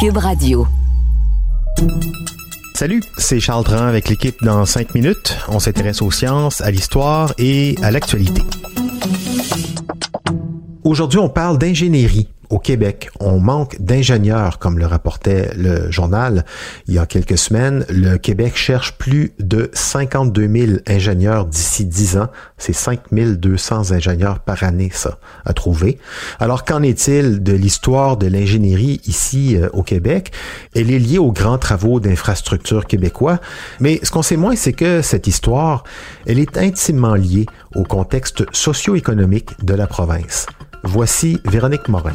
Cube Radio. Salut, c'est Charles Dran avec l'équipe dans 5 minutes. On s'intéresse aux sciences, à l'histoire et à l'actualité. Aujourd'hui, on parle d'ingénierie. Au Québec, on manque d'ingénieurs, comme le rapportait le journal il y a quelques semaines. Le Québec cherche plus de 52 000 ingénieurs d'ici 10 ans. C'est 5 200 ingénieurs par année, ça, à trouver. Alors, qu'en est-il de l'histoire de l'ingénierie ici au Québec? Elle est liée aux grands travaux d'infrastructures québécois, mais ce qu'on sait moins, c'est que cette histoire, elle est intimement liée au contexte socio-économique de la province. Voici Véronique Morin.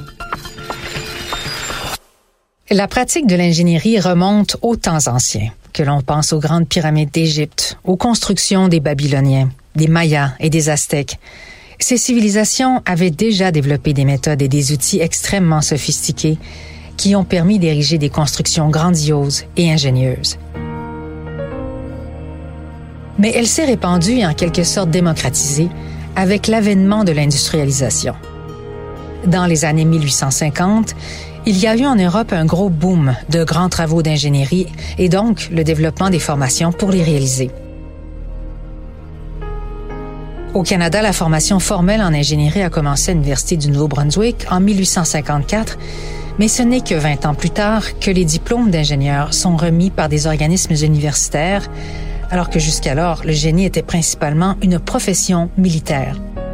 La pratique de l'ingénierie remonte aux temps anciens, que l'on pense aux grandes pyramides d'Égypte, aux constructions des Babyloniens, des Mayas et des Aztèques. Ces civilisations avaient déjà développé des méthodes et des outils extrêmement sophistiqués qui ont permis d'ériger des constructions grandioses et ingénieuses. Mais elle s'est répandue et en quelque sorte démocratisée avec l'avènement de l'industrialisation. Dans les années 1850, il y a eu en Europe un gros boom de grands travaux d'ingénierie et donc le développement des formations pour les réaliser. Au Canada, la formation formelle en ingénierie a commencé à l'Université du Nouveau-Brunswick en 1854, mais ce n'est que 20 ans plus tard que les diplômes d'ingénieurs sont remis par des organismes universitaires, alors que jusqu'alors, le génie était principalement une profession militaire.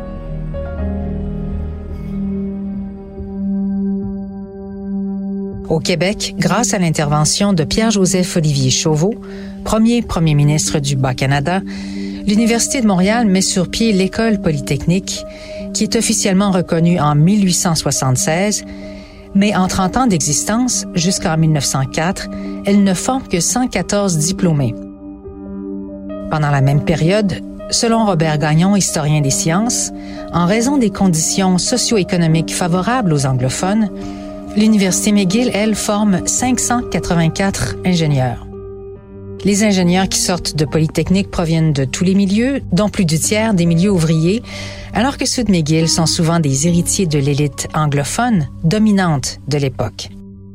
Au Québec, grâce à l'intervention de Pierre-Joseph Olivier Chauveau, premier ministre du Bas-Canada, l'Université de Montréal met sur pied l'École polytechnique, qui est officiellement reconnue en 1876, mais en 30 ans d'existence, jusqu'en 1904, elle ne forme que 114 diplômés. Pendant la même période, selon Robert Gagnon, historien des sciences, en raison des conditions socio-économiques favorables aux anglophones, l'Université McGill, elle, forme 584 ingénieurs. Les ingénieurs qui sortent de Polytechnique proviennent de tous les milieux, dont plus du tiers des milieux ouvriers, alors que ceux de McGill sont souvent des héritiers de l'élite anglophone dominante de l'époque.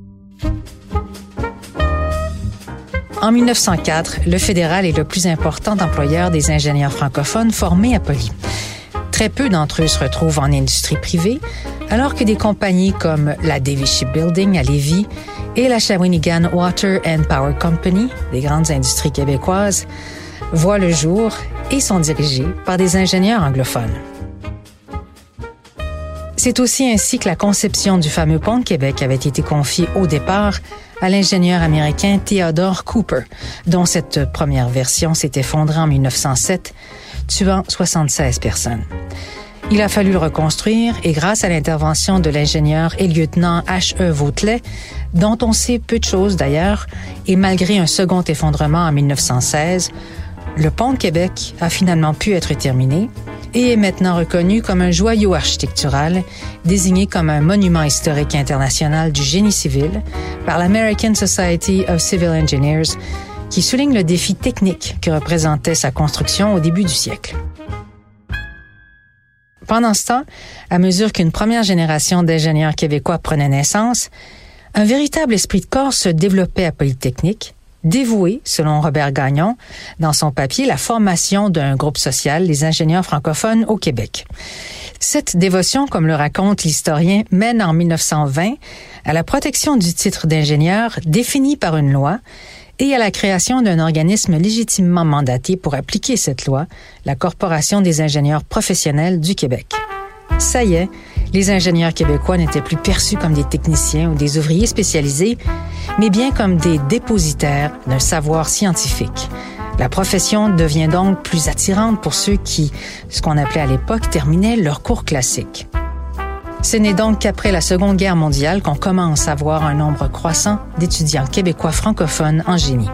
En 1904, le fédéral est le plus important employeur des ingénieurs francophones formés à Poly. Très peu d'entre eux se retrouvent en industrie privée, alors que des compagnies comme la Davy Shipbuilding à Lévis et la Shawinigan Water and Power Company, des grandes industries québécoises, voient le jour et sont dirigées par des ingénieurs anglophones. C'est aussi ainsi que la conception du fameux pont de Québec avait été confiée au départ à l'ingénieur américain Theodore Cooper, dont cette première version s'est effondrée en 1907, tuant 76 personnes. Il a fallu le reconstruire et grâce à l'intervention de l'ingénieur et lieutenant H.E. Vautelet, dont on sait peu de choses d'ailleurs, et malgré un second effondrement en 1916, le pont de Québec a finalement pu être terminé et est maintenant reconnu comme un joyau architectural désigné comme un monument historique international du génie civil par l'American Society of Civil Engineers, qui souligne le défi technique que représentait sa construction au début du siècle. Pendant ce temps, à mesure qu'une première génération d'ingénieurs québécois prenait naissance, un véritable esprit de corps se développait à Polytechnique, dévoué, selon Robert Gagnon, dans son papier, la formation d'un groupe social, les ingénieurs francophones au Québec. Cette dévotion, comme le raconte l'historien, mène en 1920 à la protection du titre d'ingénieur défini par une loi et à la création d'un organisme légitimement mandaté pour appliquer cette loi, la Corporation des ingénieurs professionnels du Québec. Ça y est, les ingénieurs québécois n'étaient plus perçus comme des techniciens ou des ouvriers spécialisés, mais bien comme des dépositaires d'un savoir scientifique. La profession devient donc plus attirante pour ceux qui, ce qu'on appelait à l'époque, terminaient leur cours classique. Ce n'est donc qu'après la Seconde Guerre mondiale qu'on commence à voir un nombre croissant d'étudiants québécois francophones en génie.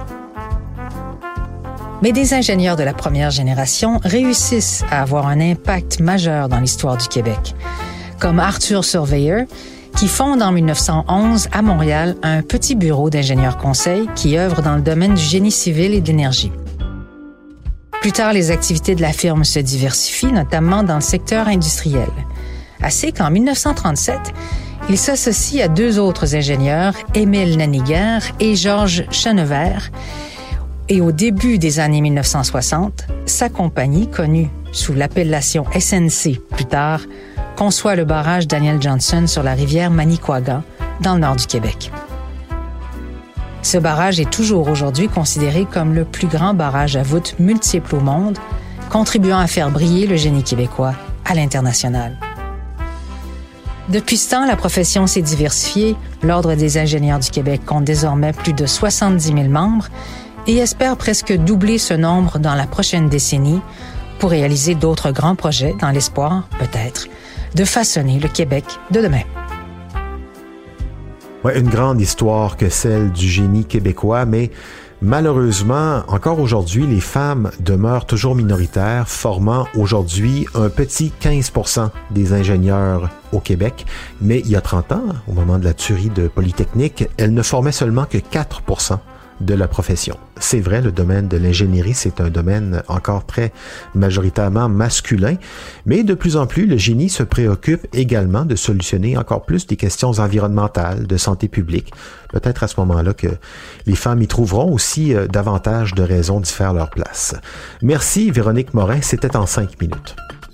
Mais des ingénieurs de la première génération réussissent à avoir un impact majeur dans l'histoire du Québec, comme Arthur Surveyor, qui fonde en 1911 à Montréal un petit bureau d'ingénieurs conseils qui œuvre dans le domaine du génie civil et de l'énergie. Plus tard, les activités de la firme se diversifient, notamment dans le secteur industriel. Assez qu'en 1937, Il s'associe à deux autres ingénieurs, Émile Naniguer et Georges Chenevert. Et au début des années 1960, sa compagnie, connue sous l'appellation SNC plus tard, conçoit le barrage Daniel Johnson sur la rivière Manicouagan, dans le nord du Québec. Ce barrage est toujours aujourd'hui considéré comme le plus grand barrage à voûtes multiples au monde, contribuant à faire briller le génie québécois à l'international. Depuis ce temps, la profession s'est diversifiée. L'Ordre des ingénieurs du Québec compte désormais plus de 70 000 membres et espère presque doubler ce nombre dans la prochaine décennie pour réaliser d'autres grands projets dans l'espoir, peut-être, de façonner le Québec de demain. Ouais, une grande histoire que celle du génie québécois, mais malheureusement, encore aujourd'hui, les femmes demeurent toujours minoritaires, formant aujourd'hui un petit 15% des ingénieurs au Québec. Mais il y a 30 ans, au moment de la tuerie de Polytechnique, elles ne formaient seulement que 4% de la profession. C'est vrai, le domaine de l'ingénierie, c'est un domaine encore très majoritairement masculin, mais de plus en plus, le génie se préoccupe également de solutionner encore plus des questions environnementales, de santé publique. Peut-être à ce moment-là que les femmes y trouveront aussi davantage de raisons d'y faire leur place. Merci Véronique Morin, c'était en 5 minutes.